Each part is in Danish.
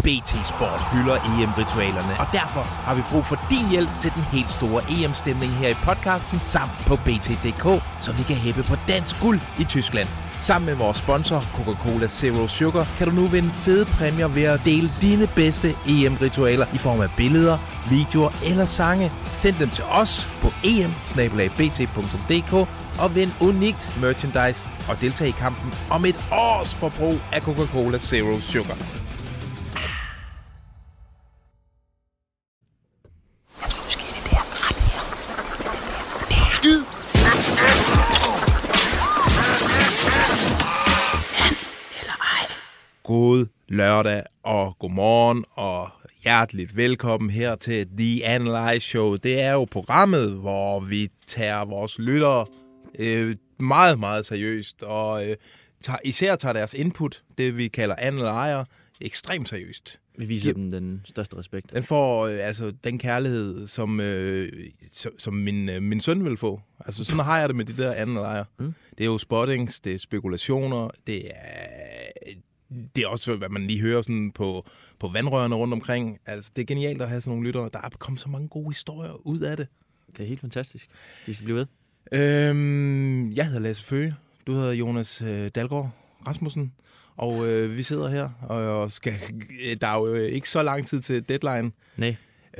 BT Sport hylder EM-ritualerne, og derfor har vi brug for din hjælp til den helt store EM-stemning her i podcasten samt på BT.dk, så vi kan hæppe på dansk guld i Tyskland. Sammen med vores sponsor, Coca-Cola Zero Sugar, kan du nu vinde fede præmier ved at dele dine bedste EM-ritualer i form af billeder, videoer eller sange. Send dem til os på em@bt.dk og vind unikt merchandise og deltag i kampen om et års forbrug af Coca-Cola Zero Sugar. Jeg tror måske, det er ret her. Det er skyd. God lørdag og god morgen og hjerteligt velkommen her til The Analyze Show. Det er jo programmet, hvor vi tager vores lyttere meget, meget seriøst og især tager deres input, det vi kalder analyzer, ekstremt seriøst. Vi viser dem den største respekt. Den får den kærlighed, som min søn vil få. Altså sådan har jeg det med de der analyzer. Det er jo spottings, det er spekulationer, det er også, hvad man lige hører sådan på vandrørene rundt omkring. Altså, det er genialt at have sådan nogle lyttere. Der er kommet så mange gode historier ud af det. Det er helt fantastisk. De skal blive ved. Jeg hedder Lasse Føge. Du hedder Jonas Dalgaard Rasmussen. Og vi sidder her, og der er jo ikke så lang tid til deadline. Nej.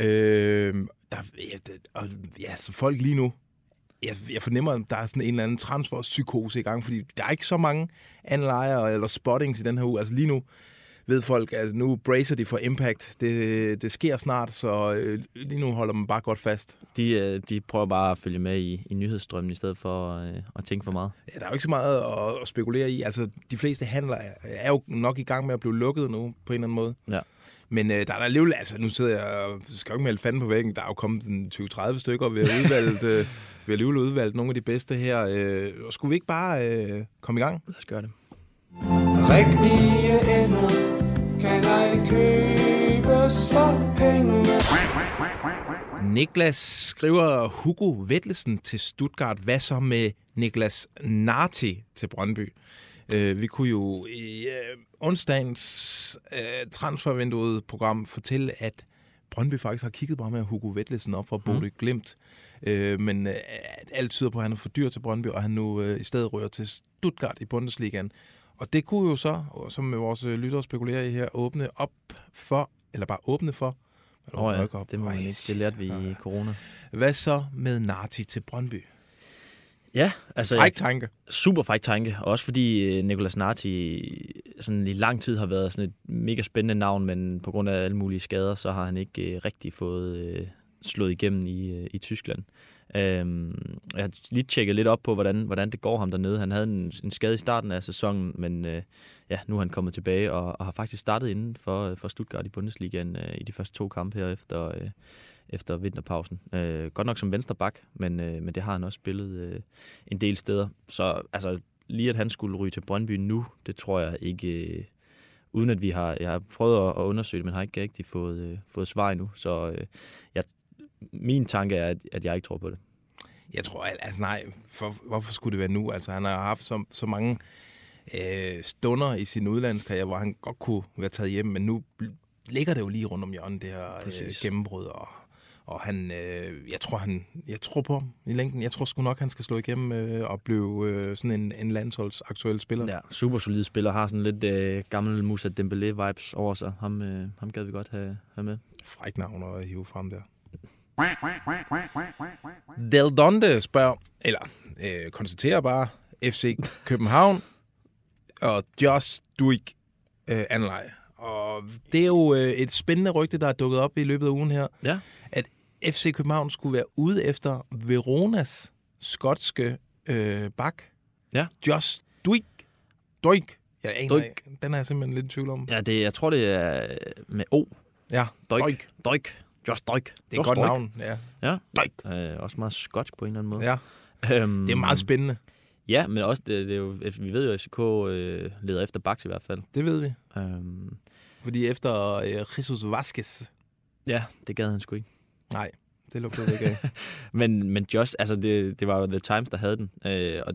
Så folk lige nu, jeg fornemmer, at der er sådan en eller anden transferpsykose i gang, fordi der er ikke så mange analyzer eller spottings i den her uge. Altså lige nu ved folk, at nu bracer de for impact. Det sker snart, så lige nu holder man bare godt fast. De prøver bare at følge med i nyhedsstrømmen, i stedet for at tænke for meget. Ja, der er jo ikke så meget at spekulere i. Altså, de fleste handler er jo nok i gang med at blive lukket nu, på en eller anden måde. Ja. Men der er alligevel, altså nu sidder jeg og skal jo ikke melde fanden på væggen, der er jo kommet 20-30 stykker ved alligevel udvalgt nogle af de bedste her. Skulle vi ikke bare komme i gang? Lad os gøre det. Rigtige ender kan ej købes for penge. Niklas skriver Hugo Vetlesen til Stuttgart. Hvad så med Niklas Narti til Brøndby? Vi kunne jo i onsdagens transfervinduet-program fortælle, at Brøndby faktisk har kigget bare med Hugo Vetlesen op fra Bodø Glimt. Men alt tyder på, at han er for dyr til Brøndby, og han nu i stedet rører til Stuttgart i Bundesligaen. Og det kunne jo så, som vores lyttere spekulerer i her, åbne for. Det må man ikke. Det lærte vi i corona. Hvad så med Narti til Brøndby? Ja, altså... Fræk tanke. Super fræk tanke. Også fordi Nicolas Narti sådan i lang tid har været sådan et mega spændende navn, men på grund af alle mulige skader, så har han ikke rigtig fået slået igennem i Tyskland. Jeg har lige tjekket lidt op på, hvordan det går ham dernede. Han havde en skade i starten af sæsonen, men nu er han kommet tilbage og har faktisk startet inden for Stuttgart i Bundesligaen i de første 2 kampe her efter vinterpausen. Godt nok som venstreback, men det har han også spillet en del steder. Så altså, lige at han skulle ryge til Brøndby nu, det tror jeg ikke, uden at jeg har prøvet at undersøge det, men har ikke rigtig fået svar endnu. Så min tanke er, at jeg ikke tror på det. Jeg tror, altså nej, hvorfor skulle det være nu? Altså han har haft så mange stunder i sin udlandskarriere, hvor han godt kunne være taget hjem, men nu ligger det jo lige rundt om hjørnet, det her gennembrud, og han, jeg tror på ham i længden. Jeg tror sgu nok, han skal slå igennem og blive sådan en landsholdsaktuel spiller. Ja, super solid spiller, har sådan lidt gammel Moussa Dembélé-vibes over sig. Ham gad vi godt have med. Fræk navn at hive frem der. Del Donde spørger, eller konstaterer bare, FC København og Just Duik Anleje. Og det er jo et spændende rygte, der er dukket op i løbet af ugen her, ja. At FC København skulle være ude efter Veronas skotske bak. Ja. Just Duik. Jeg aner ikke. Den er jeg simpelthen lidt i tvivl om. Ja, jeg tror, det er med O. Ja, Duik. Just Duik. Det er et godt navn, ja. Duik. Også meget skotsk på en eller anden måde. Ja. Det er meget spændende. Ja, men også, det er jo, vi ved jo, at FCK leder efter backs i hvert fald. Det ved vi. Fordi efter Jesus Vazquez. Ja, det gad han sgu ikke. Nej, det lugtede det ikke af. men Just, altså det var jo The Times, der havde den. Og det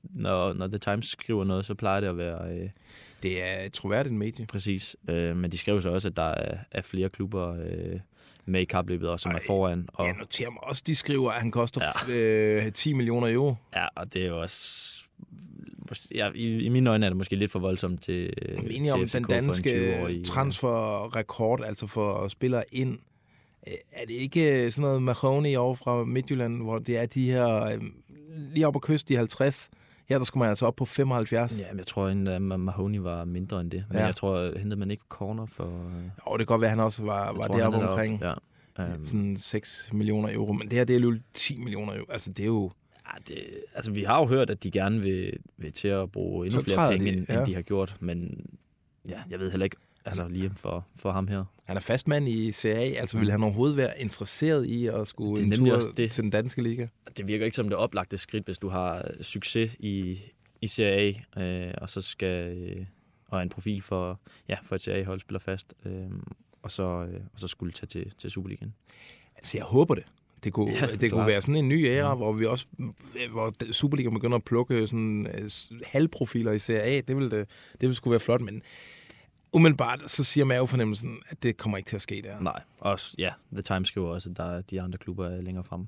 når The Times skriver noget, så plejer det at være... Det er et troværdigt medie. Præcis. Men de skrev så også, at der er flere klubber med i kapløbet, og som er foran. Og... Jeg noterer mig også, de skriver, at han koster 10 millioner euro. Ja, og det er jo også... I mine øjne er det måske lidt for voldsomt til om den danske transferrekord, altså for spillere ind. Er det ikke sådan noget Mahoney over fra Midtjylland, hvor det er de her lige op på kyst, de 50? Her der skulle man altså op på 75. Ja, men jeg tror, at Mahoney var mindre end det. Men jeg tror, hentede man ikke corner for... Jo, det kan godt være, at han også var deroppe omkring. Ja. Sådan 6 millioner euro. Men det her, det er jo 10 millioner euro. Altså, det er jo... Ja, vi har jo hørt, at de gerne vil til at bruge endnu flere penge, end de har gjort. Men ja, jeg ved heller ikke lige for ham her. Han er fast mand i Serie A. Altså, vil han overhovedet være interesseret i at skulle en tur til den danske liga? Det virker ikke som det oplagte skridt, hvis du har succes i Serie A, og så skal... og en profil for et Serie A-hold spiller fast, og så skulle tage til Superligaen. Altså, jeg håber det. Det kunne være sådan en ny æra, hvor Superligaen begynder at plukke sådan halvprofiler i Serie A. Det ville sgu være flot, men umiddelbart så siger mavefornemmelsen, at det kommer ikke til at ske der. Nej, også The Times skriver også, at der de andre klubber er længere fremme.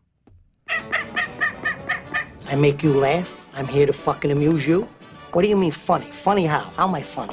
I make you laugh. I'm here to fucking amuse you. What do you mean funny? Funny how? How am I funny?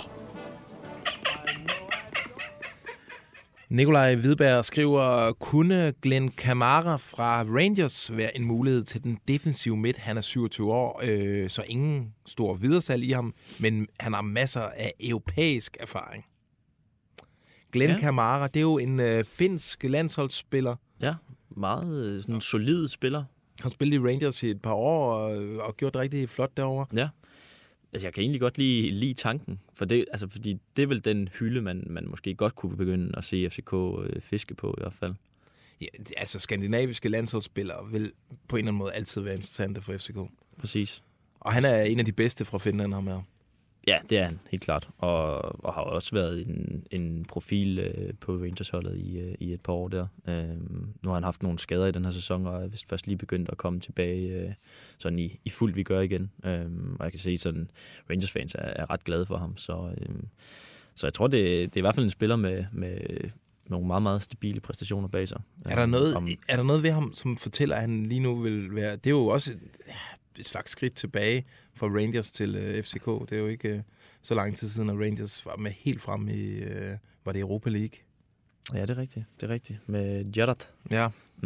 Nikolaj Hvidberg skriver, kunne Glenn Kamara fra Rangers være en mulighed til den defensive midt? Han er 27 år, så ingen stor videresalg i ham, men han har masser af europæisk erfaring. Glenn Kamara, det er jo en finsk landsholdsspiller. Ja, meget sådan solid spiller. Han spillede i Rangers i et par år og gjort det rigtig flot derovre. Ja. Altså, jeg kan egentlig godt lide tanken, fordi det er vel den hylde, man måske godt kunne begynde at se FCK fiske på i hvert fald. Ja, altså, skandinaviske landsholdsspillere vil på en eller anden måde altid være interessante for FCK. Præcis. Og han er en af de bedste fra Finland, ham her. Ja, det er han, helt klart. Og har også været en profil på Rangers-holdet i et par år der. Nu har han haft nogle skader i den her sæson, og er vist først lige begyndt at komme tilbage sådan i fuldt vi gør igen. Og jeg kan se, sådan Rangers-fans er ret glade for ham. Så jeg tror, det er i hvert fald en spiller med nogle meget, meget stabile præstationer bag sig. Er der noget ved ham, som fortæller, at han lige nu vil være... Det er jo også et slags skridt tilbage fra Rangers til FCK. Det er jo ikke så lang tid siden, at Rangers var med helt frem i... var det Europa League? Ja, det er rigtigt. Med Gerrard. Ja.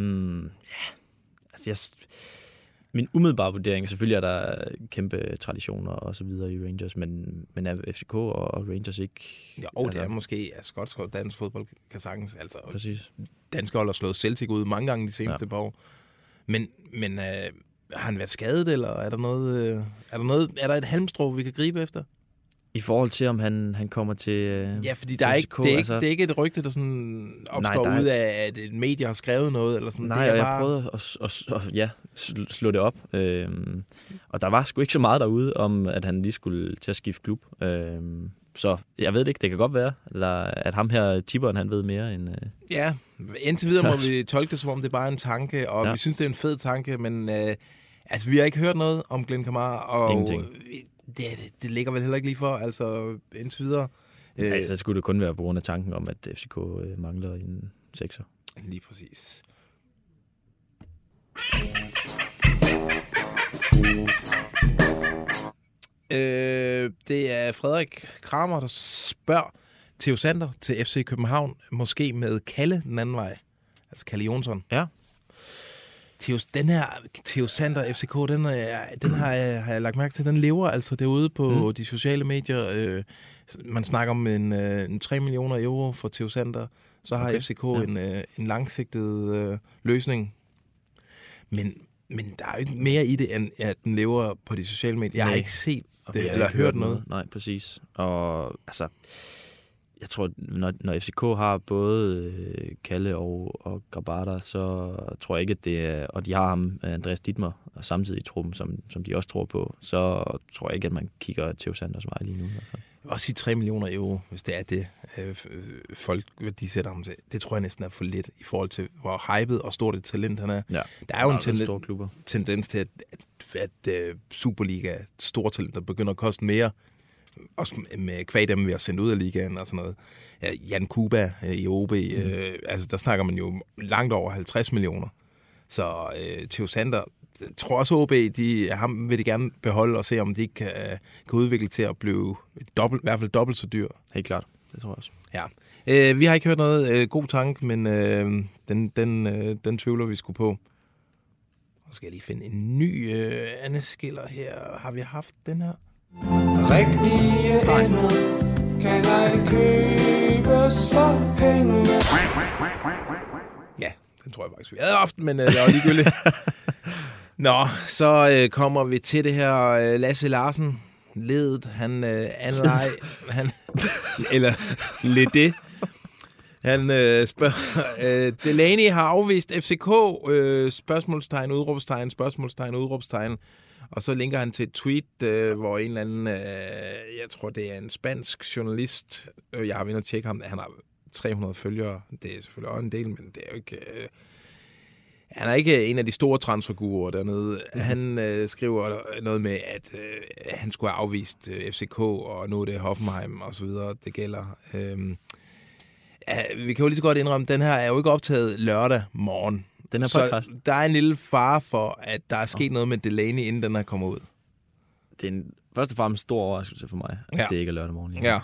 Altså, min umiddelbare vurdering, selvfølgelig er der kæmpe traditioner og så videre i Rangers, men er FCK og Rangers ikke... Ja, det er måske skotsk og dansk fodbold kan sagtens. Altså, præcis. Danske hold har slået Celtic ud mange gange de seneste par år. Men har han været skadet, eller er der et halmstrå, vi kan gribe efter? I forhold til, om han kommer til ja, fordi der er ikke, det er ikke et rygte, der sådan opstår ud af, at et medie har skrevet noget, eller sådan. Nej, det er jeg prøvede at slå det op. Og der var sgu ikke så meget derude om, at han lige skulle til at skifte klub. Så jeg ved det ikke, det kan godt være, at ham her, tipperen, han ved mere end... Ja, indtil videre må vi tolke det, som om det er bare en tanke, og vi synes, det er en fed tanke, men vi har ikke hørt noget om Glenn Kamara, og ingenting. Det ligger vel heller ikke lige for, altså indtil videre. Så skulle det kun være på grund af tanken om, at FCK mangler en 6'er. Lige præcis. Det er Frederik Kramer, der spørger Theo Sander til FC København, måske med Kalle den anden vej. Altså Kalle Jonsson. Ja. Den her Theo Sander FCK, den har jeg lagt mærke til, den lever altså derude på de sociale medier. Man snakker om en 3 millioner euro for Theo Sander. Så har FCK en langsigtet løsning. Men der er jo ikke mere i det, end at den lever på de sociale medier. Jeg har ikke set det, eller hørt noget. Nej, præcis. Og altså... Jeg tror, når FCK har både Kalle og Grabada, så tror jeg ikke, at det er... Og de har ham, Andreas Dittmer, og samtidig i truppen, som de også tror på. Så tror jeg ikke, at man kigger Theo Sanders vej lige nu i hvert fald. Jeg vil også sige 3 millioner euro, hvis det er det, folk de sætter ham til. Det tror jeg næsten er for lidt i forhold til, hvor hypet og stort et talent han er. Ja, der er jo en tendens til, at Superliga stortalenter begynder at koste mere. Også med kvad dem, vi har sendt ud af ligaen og sådan noget. Ja, Jan Kuba i OB, altså der snakker man jo langt over 50 millioner. Så Theo Sander, jeg tror også OB, ham vil de gerne beholde og se, om de ikke kan udvikle til at blive i hvert fald dobbelt så dyr. Helt klart, det tror jeg også. Ja. Vi har ikke hørt noget god tanke, men den tvivler vi skulle på. Så skal jeg lige finde en ny andeskiller her. Har vi haft den her? Rigtige ender kan ej købes for penge. Ja, den tror jeg faktisk, vi havde haft, men det var ligegyldigt. Nå, så kommer vi til det her Lasse Larsen. Ledet, han eller Lede. Han spørger, Delaney har afvist FCK, spørgsmålstegn, udråbstegn, spørgsmålstegn, udråbstegn. Og så linker han til et tweet, hvor en eller anden, jeg tror det er en spansk journalist, jeg har været inde og tjekke ham, han har 300 følgere. Det er selvfølgelig også en del, men det er jo ikke... Han er ikke en af de store transferguruer dernede. Han skriver noget med, at han skulle have afvist FCK, og nu er det Hoffenheim og så videre, det gælder. Vi kan jo lige så godt indrømme, at den her er jo ikke optaget lørdag morgen. Den her podcast. Så der er en lille fare for, at der er sket noget med Delaney, inden den her kommer ud. Det er først og fremmest stor overraskelse for mig, at det ikke er lørdag morgen. Ja.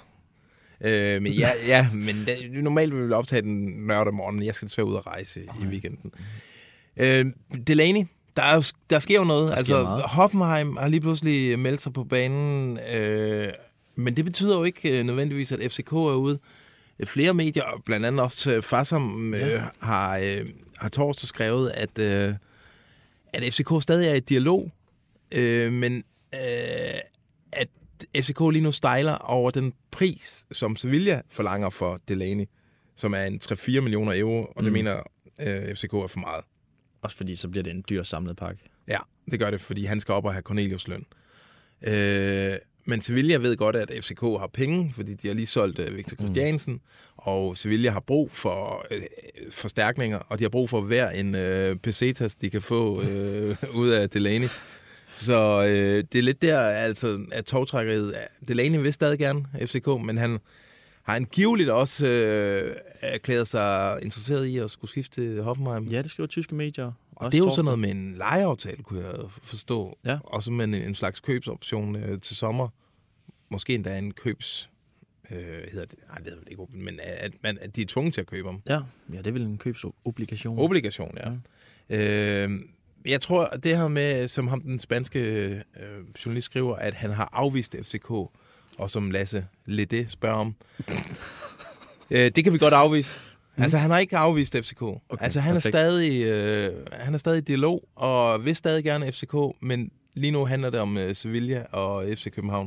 Men normalt vil vi optage den lørdag morgen, men jeg skal desværre ud og rejse i weekenden. Delaney, der sker jo noget. Altså, Hoffenheim har lige pludselig meldt sig på banen, men det betyder jo ikke nødvendigvis, at FCK er ude. Flere medier, blandt andet også Fassam, har torsdag skrevet, at FCK stadig er i dialog, men at FCK lige nu stejler over den pris, som Sevilla forlanger for Delaney, som er en 3-4 millioner euro, og det mener FCK er for meget. Også fordi så bliver det en dyr samlet pakke. Ja, det gør det, fordi han skal op og have Cornelius løn. Men Sevilla ved godt, at FCK har penge, fordi de har lige solgt Victor Christiansen, og Sevilla har brug for forstærkninger, og de har brug for hver en pesetas, de kan få ud af Delaney. Så det er lidt der, altså, at togtrækkeriet... Delaney vil stadig gerne FCK, men han har angiveligt også erklæret sig interesseret i at skulle skifte til Hoffenheim. Ja, det skriver tyske medier. Og det er jo sådan noget med en lejeaftale, kunne jeg forstå. Ja. Også med en slags købsoption til sommer. Måske endda en købs... hedder det? Nej, det hedder det ikke, men at de er tvunget til at købe dem. Ja, det er vel en købsobligation. Obligation, ja. Jeg tror, at det her med, som ham den spanske journalist skriver, at han har afvist FCK, og som Lasse Lede spørger om. Det kan vi godt afvise. Altså, han har ikke afvist FCK. Okay, altså, han er stadig i dialog, og vil stadig gerne FCK, men lige nu handler det om Sevilla og FC København.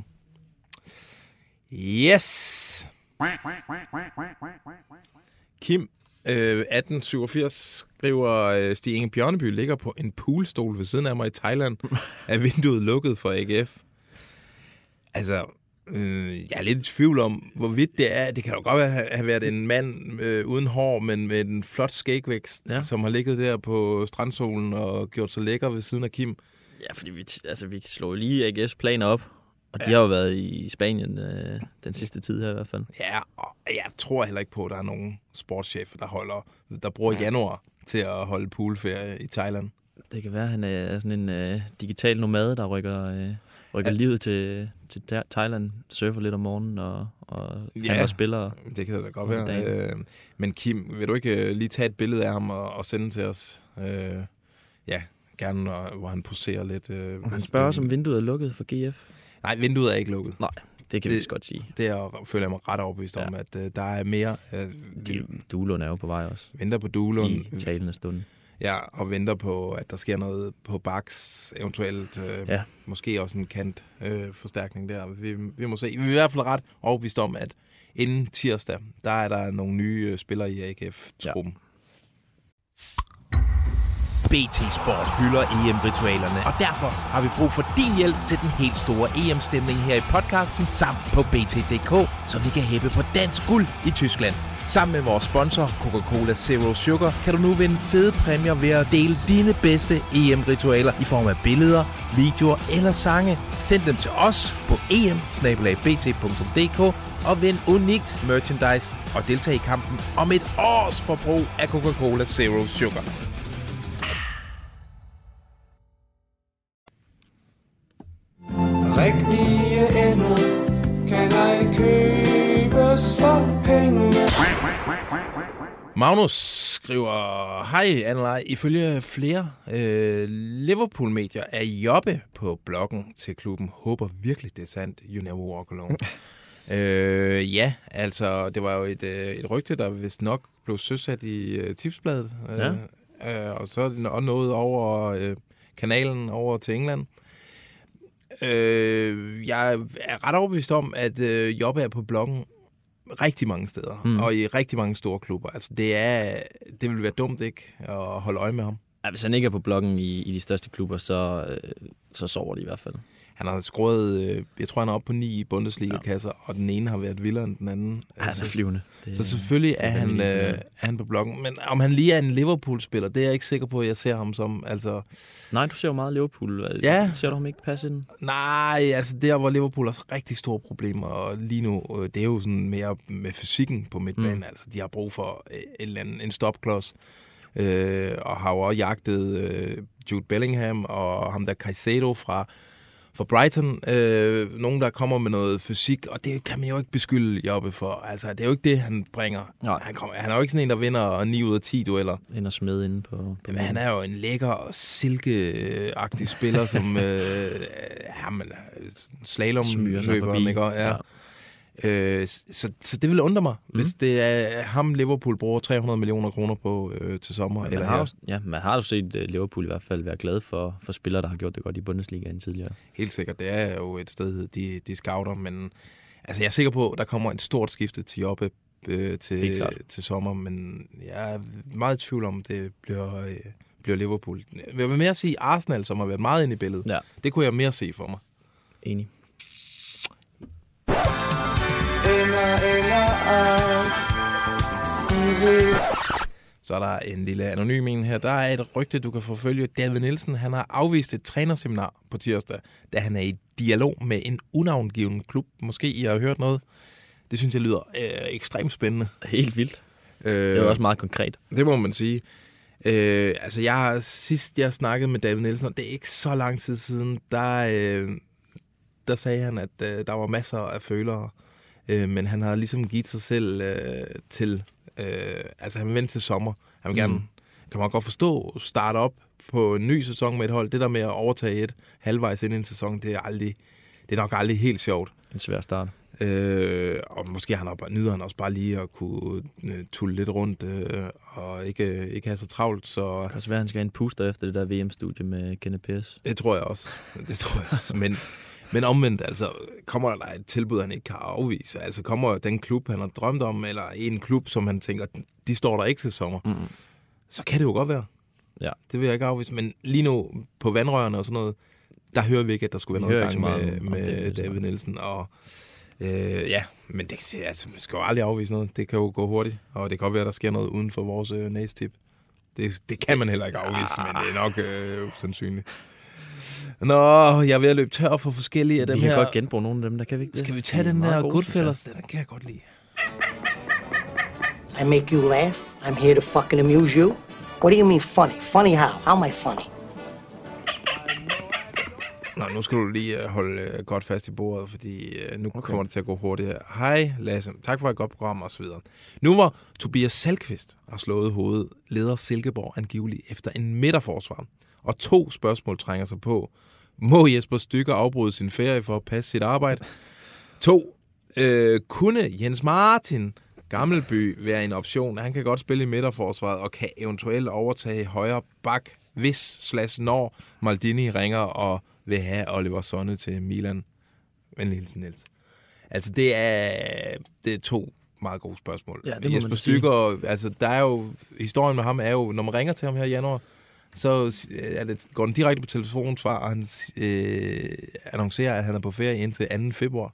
Yes! Kim, 1887, skriver, Stig Inge Bjørneby ligger på en poolstol ved siden af mig i Thailand. Er vinduet lukket for AGF? Altså... jeg er lidt i tvivl om, hvorvidt det er. Det kan jo godt have været en mand uden hår, men med en flot skægvækst, som har ligget der på strandsolen og gjort sig lækker ved siden af Kim. Ja, fordi vi slår lige AGF's planer op, og de har jo været i Spanien den sidste tid her i hvert fald. Ja, og jeg tror heller ikke på, at der er nogen sportschef, der bruger januar til at holde poolferie i Thailand. Det kan være, at han er sådan en digital nomade, der rykker livet til Thailand, surfer lidt om morgenen og handler spillere. Det kan da godt være. Men Kim, vil du ikke lige tage et billede af ham og sende til os? Gerne, hvor han poserer lidt. Han spørger også, om vinduet er lukket for GF. Nej, vinduet er ikke lukket. Nej, det kan vi godt sige. Det føler jeg mig ret overbevist om, at der er mere... Duelund er jo på vej også. Venter på Duelund. I talende stund. Ja, og venter på, at der sker noget på baks, eventuelt måske også en kant forstærkning der. Vi må se. Vi er i hvert fald ret overbevist om, at inden tirsdag, der er der nogle nye spillere i AGF-truppen. BT Sport hylder EM-ritualerne, og derfor har vi brug for din hjælp til den helt store EM-stemning her i podcasten samt på BT.dk, så vi kan hæppe på dansk guld i Tyskland. Sammen med vores sponsor, Coca-Cola Zero Sugar, kan du nu vinde fede præmier ved at dele dine bedste EM-ritualer i form af billeder, videoer eller sange. Send dem til os på em@bt.dk og vind unikt merchandise og deltag i kampen om et års forbrug af Coca-Cola Zero Sugar. Rigtige ender kan ej købes for penge. Magnus skriver, hej Anne-Lej, ifølge flere Liverpool-medier er Jobbe på bloggen til klubben. Håber virkelig, det er sandt. You never walk alone. Ja, altså, det var jo et rygte, der vist nok blev søsat i Tipsbladet. Og så er det noget over kanalen over til England. Jeg er ret overbevist om, at Jobbe er på bloggen rigtig mange steder, og i rigtig mange store klubber. Altså, det vil være dumt, ikke, at holde øje med ham. Ja, hvis han ikke er på bloggen i de største klubber, så sover de i hvert fald. Han har scoret, jeg tror, han er oppe på 9 Bundesliga-kasser, og den ene har været vildere end den anden. Han er flyvende. Så selvfølgelig er han på bloggen. Men om han lige er en Liverpool-spiller, det er jeg ikke sikker på, at jeg ser ham som. Altså... Nej, du ser jo meget Liverpool. Ja. Ser du ham ikke passe ind? Nej, altså der, hvor Liverpool har rigtig store problemer, og lige nu, det er jo sådan mere med fysikken på midtbanen. Altså, de har brug for en stopklods, og har jo også jagtet Jude Bellingham og ham der Caicedo fra Brighton, nogen, der kommer med noget fysik, og det kan man jo ikke beskylde Jobbe for. Altså, det er jo ikke det, han bringer. Han er jo ikke sådan en, der vinder 9 ud af 10 dueller. Ind og smed inde på men han er jo en lækker og silkeagtig spiller, som slalomløber, ikke? Ja. Så det vil undre mig, hvis det er ham, Liverpool bruger 300 millioner kroner på til sommer. Man har jo set Liverpool i hvert fald være glad for spillere, der har gjort det godt i Bundesligaen tidligere. Helt sikkert. Det er jo et sted, de scouter, men altså, jeg er sikker på, at der kommer et stort skifte til Jobbe til sommer, men jeg er meget i tvivl om, det bliver Liverpool. Jeg vil mere sige Arsenal, som har været meget inde i billedet. Ja. Det kunne jeg mere se for mig. Enig. Så er der en lille anonym en her. Der er et rygte, du kan forfølge. David Nielsen, han har afvist et trænerseminar på tirsdag, da han er i dialog med en unavngiven klub. Måske I har hørt noget. Det synes jeg lyder ekstremt spændende. Helt vildt. Det er også meget konkret. Det må man sige. Altså, jeg snakkede med David Nielsen, og det er ikke så lang tid siden, der sagde han, at der var masser af følere. Men han har ligesom givet sig selv til... altså, han vil vente til sommer. Han vil gerne, kan man godt forstå, starte op på en ny sæson med et hold. Det der med at overtage et halvvejs ind i en sæson, det er nok aldrig helt sjovt. En svær start. Og måske nyder han også bare lige at kunne tulle lidt rundt og ikke have så travlt. Så... Det kan også være, at han skal have en puster efter det der VM-studie med Kenneth Pearce. Det tror jeg også. Men omvendt, altså, kommer der et tilbud, han ikke kan afvise? Altså, kommer den klub, han har drømt om, eller en klub, som han tænker, de står der ikke til sommer, så kan det jo godt være. Ja. Det vil jeg ikke afvise. Men lige nu, på vandrørene og sådan noget, der hører vi ikke, at der skulle være noget gang med David Nielsen. Og men det, altså, man skal jo aldrig afvise noget. Det kan jo gå hurtigt, og det kan godt være, at der sker noget uden for vores næstip. Det kan man heller ikke afvise, men det er nok usandsynligt. Nå, jeg er ved at løbe tør for forskellige af dem her. Vi kan godt genbruge nogle af dem, der kan vi ikke det. Skal vi tage den der Goodfellas? Den kan jeg godt lide. I make you laugh. I'm here to fucking amuse you. What do you mean funny? Funny how? How am I funny? Nå, nu skal du lige holde godt fast i bordet, fordi nu kommer det til at gå hurtigt. Hej Lasse, tak for et godt program og så videre. Nu hvor Tobias Salkvist har slået hovedet, leder Silkeborg angiveligt efter en midterforsvar. Og 2 spørgsmål trænger sig på. Må Jesper Stykker afbryde sin ferie for at passe sit arbejde? 2. Kunne Jens Martin Gammelby være en option? Han kan godt spille i midterforsvaret og kan eventuelt overtage højre bak, hvis/når Maldini ringer og vil have Oliver Sonne til Milan. Venlig hilsen, Niels. Altså, det er 2 meget gode spørgsmål. Ja, Jesper Stykker, altså, der er jo, historien med ham er jo, når man ringer til ham her i januar, så går den direkte på telefonsvar, og han annoncerer, at han er på ferie indtil 2. februar.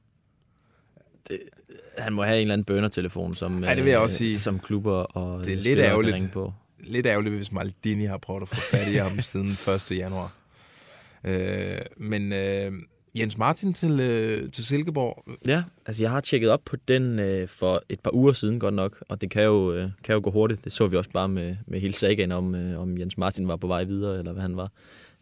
Han må have en eller anden burner-telefon, som, det vil jeg også sige. Som klubber og det er lidt ærgerligt. På. Lidt ærgerligt, hvis Maldini har prøvet at få fat i ham siden 1. januar. Men Jens Martin til Silkeborg. Ja, altså jeg har tjekket op på den for et par uger siden godt nok, og det kan jo gå hurtigt. Det så vi også bare med hele sagaen om Jens Martin var på vej videre, eller hvad han var.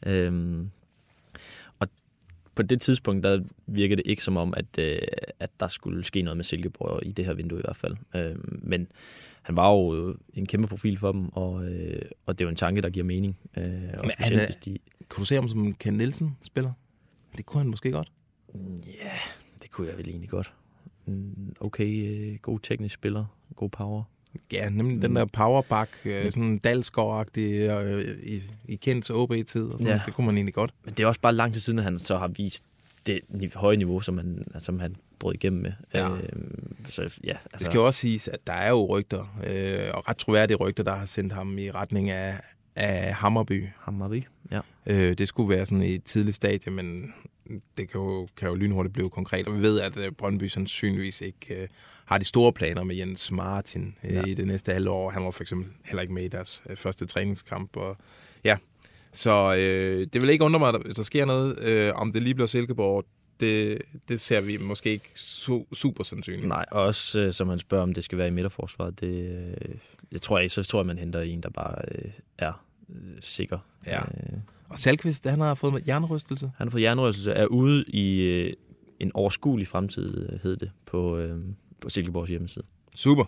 Og på det tidspunkt, der virkede det ikke som om, at der skulle ske noget med Silkeborg i det her vindue i hvert fald. Men han var jo en kæmpe profil for dem, og det er jo en tanke, der giver mening. Men kunne du se ham som Ken Nielsen-spiller? Det kunne han måske godt. Ja, det kunne jeg vel egentlig godt. Okay, god teknisk spiller, god power. Ja, nemlig den der powerback, sådan Dalsgaard-agtig i Kents OB-tid, og sådan, det kunne man egentlig godt. Men det er også bare lang tid siden, at han så har vist det høje niveau, som han brød igennem med. Ja. Altså. Det skal jo også siges, at der er jo rygter, og ret troværdige rygter, der har sendt ham i retning af Hammarby. Hammarby, ja. Det skulle være sådan i et tidligt stadie, men det kan jo lynhurtigt blive konkret. Og vi ved, at Brøndby sandsynligvis ikke har de store planer med Jens Martin i det næste halve år. Han var for eksempel heller ikke med i deres første træningskamp. Og, ja. Så det vil ikke undre mig, hvis der sker noget. Om det lige bliver Silkeborg, det ser vi måske ikke super sandsynligt. Nej, og også som man spørger, om det skal være i midterforsvaret. Jeg tror, man henter en, der bare er sikker. Ja. Og Salkvist, han har fået hjernerystelse? Han har fået hjernerystelse, er ude i en overskuelig fremtid, hed det, på Silkeborgs hjemmeside. Super.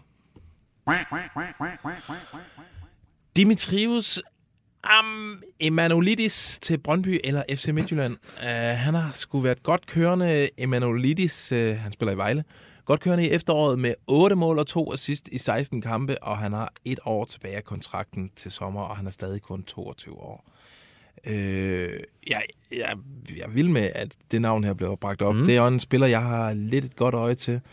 Dimitrios Emanuelidis til Brøndby eller FC Midtjylland. Han har sgu været godt kørende. Emanuelidis, han spiller i Vejle. Godt kørende i efteråret med 8 mål og 2 assist i 16 kampe, og han har 1 år tilbage af kontrakten til sommer, og han er stadig kun 22 år. Jeg er vild med, at det navn her bliver bragt op. Det er en spiller, jeg har lidt et godt øje til.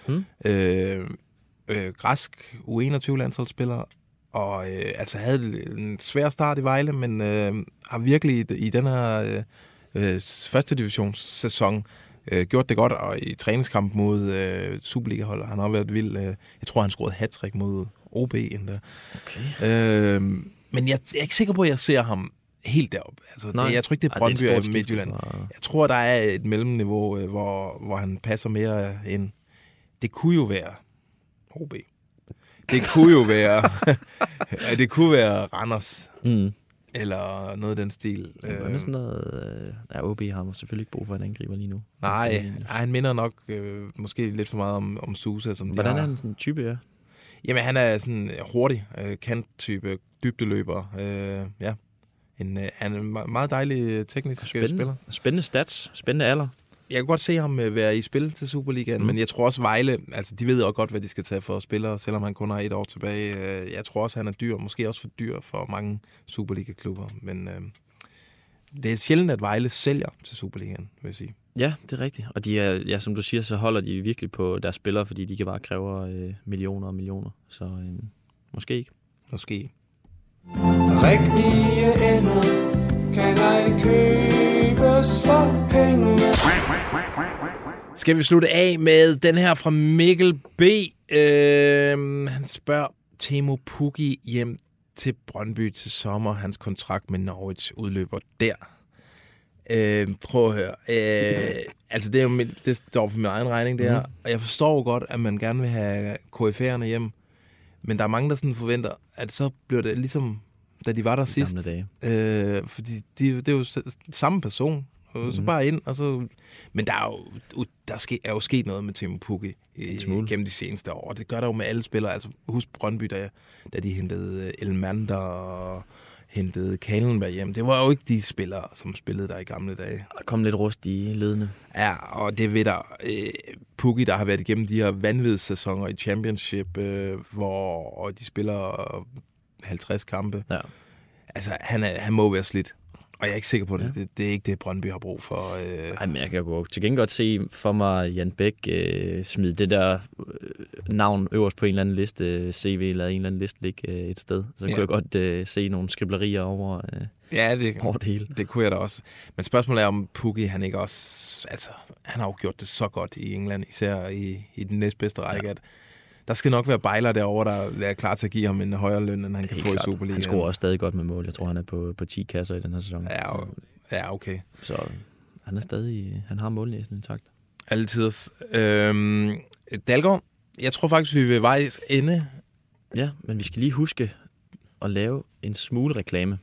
Græsk U21-landsholdsspiller, og havde en svær start i Vejle, men har virkelig i den her første divisionssæson gjort det godt, og i træningskamp mod Superliga-hold, han har været vild. Jeg tror, han scorede hat-trick mod OB endda. Okay. Men jeg er ikke sikker på, at jeg ser ham helt deroppe. Altså, jeg tror ikke, det er Brøndby og Midtjylland. Jeg tror, der er et mellemniveau, hvor han passer mere ind. Det kunne jo være OB. Det kunne jo være det kunne være Randers. Eller noget af den stil. Sådan noget, OB har selvfølgelig ikke brug for en angriber lige nu. Nej, han minder nok måske lidt for meget om Sousa. Hvordan er han sådan en type, ja? Jamen, han er sådan hurtig kanttype, dybdeløber. Ja. Han er en meget dejlig teknisk spiller. Spændende stats, spændende alder. Jeg kan godt se ham være i spil til Superligaen, men jeg tror også Vejle, altså de ved også godt, hvad de skal tage for spillere, selvom han kun har 1 år tilbage. Jeg tror også, han er dyr, måske også for dyr for mange Superliga-klubber, men det er sjældent, at Vejle sælger til Superligaen, vil jeg sige. Ja, det er rigtigt. Og de er, som du siger, så holder de virkelig på deres spillere, fordi de kan bare kræve millioner og millioner. Så måske ikke. Måske. Rigtige ender kan ej købes for penge. Skal vi slutte af med den her fra Mikkel B. Han spørger Teemu Pukki hjem til Brøndby til sommer. Hans kontrakt med Norwich udløber der. Prøv at høre. Altså det er jo det står for min egen regning, det her. Og jeg forstår jo godt, at man gerne vil have KF'erne hjem. Men der er mange, der sådan forventer, at så bliver det ligesom, da de var der sidst. Fordi det er jo samme person. Så bare ind, og så... Men der er jo sket noget med Teemu Pukki gennem de seneste år. Det gør der jo med alle spillere. Altså husk Brøndby, da de hentede Elmander og hentede Kahlenberg hjem. Det var jo ikke de spillere, som spillede der i gamle dage. Der kom lidt rust i ledene. Ja, og det ved der Pukki, der har været igennem de her vanvidssæsoner i Championship, hvor de spiller 50 kampe. Ja. Altså, han må være slidt. Og jeg er ikke sikker på det. Ja. Det er ikke det, Brøndby har brug for. Ej, men jeg kan jo til gengæld godt se for mig Jan Bæk smide det der navn øverst på en eller anden liste, CV eller en eller anden liste ligge et sted. Så kunne jeg godt se nogle skriblerier over Ja, over det hele. Det kunne jeg da også. Men spørgsmålet er, om Pukki, han ikke også... Altså, han har jo gjort det så godt i England, især i den næstbedste række, at der skal nok være bejler derovre, der er klar til at give ham en højere løn, end han kan få i Superligaen. Han scorer også stadig godt med mål. Jeg tror, han er på 10 kasser i den her sæson. Ja, okay. Så han er stadig... Han har målnæsen intakt. Altid. Dalgaard, jeg tror faktisk, vi er ved vejs ende. Ja, men vi skal lige huske at lave en smule reklame.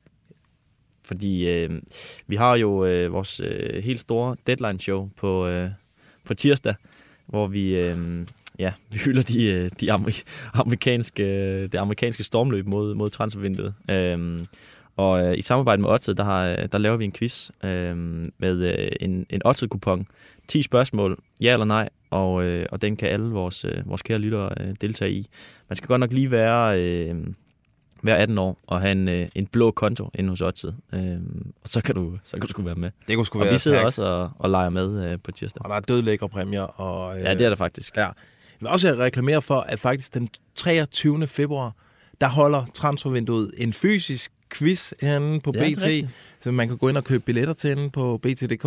Fordi vi har jo vores helt store deadline-show på tirsdag, hvor vi hylder det amerikanske stormløb mod transfervinduet. Og i samarbejde med Odset, der laver vi en quiz med en Odset-kupon. 10 spørgsmål, ja eller nej, og den kan alle vores kære lyttere deltage i. Man skal godt nok lige være 18 år og have en blå konto inde hos Odset. Og så kan du sgu være med. Det kunne sgu og være vi sidder også og leger med på tirsdag. Og der er dødlækre præmier. Og, ja, det er der faktisk. Ja. Jeg vil også reklamere for, at faktisk den 23. februar, der holder transfervinduet en fysisk quiz herinde på BT, så man kan gå ind og købe billetter til hende på BT.dk.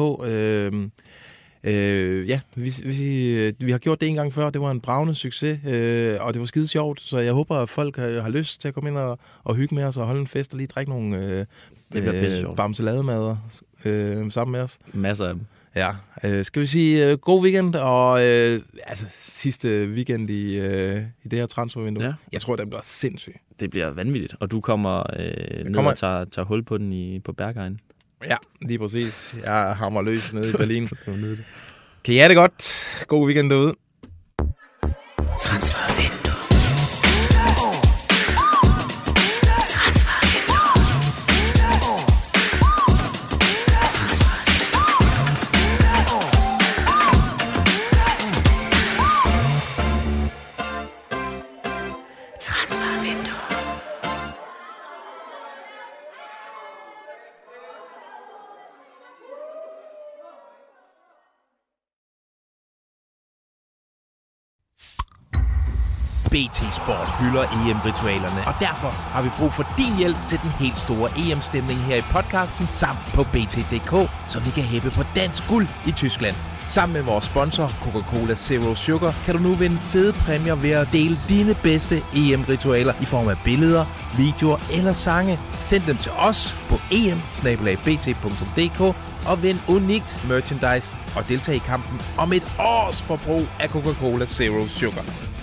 Vi har gjort det en gang før. Det var en bragende succes, og det var skide sjovt, så jeg håber, at folk har lyst til at komme ind og hygge med os og holde en fest og lige drikke nogle bamselademader sammen med os. Masser af dem. Ja, skal vi sige god weekend, og sidste weekend i det her transfervindue. Ja. Jeg tror, den bliver sindssyg. Det bliver vanvittigt, og du kommer ned og tager hul på den på Berghain. Ja, lige præcis. Jeg hammer løs nede i Berlin. Kan I have det godt? God weekend derude. Transfervindue. BT Sport hylder EM-ritualerne, og derfor har vi brug for din hjælp til den helt store EM-stemning her i podcasten samt på BT.dk, så vi kan hæppe på dansk guld i Tyskland. Sammen med vores sponsor, Coca-Cola Zero Sugar, kan du nu vinde fede præmier ved at dele dine bedste EM-ritualer i form af billeder, videoer eller sange. Send dem til os på em@bt.dk og vind unikt merchandise og deltag i kampen om et års forbrug af Coca-Cola Zero Sugar.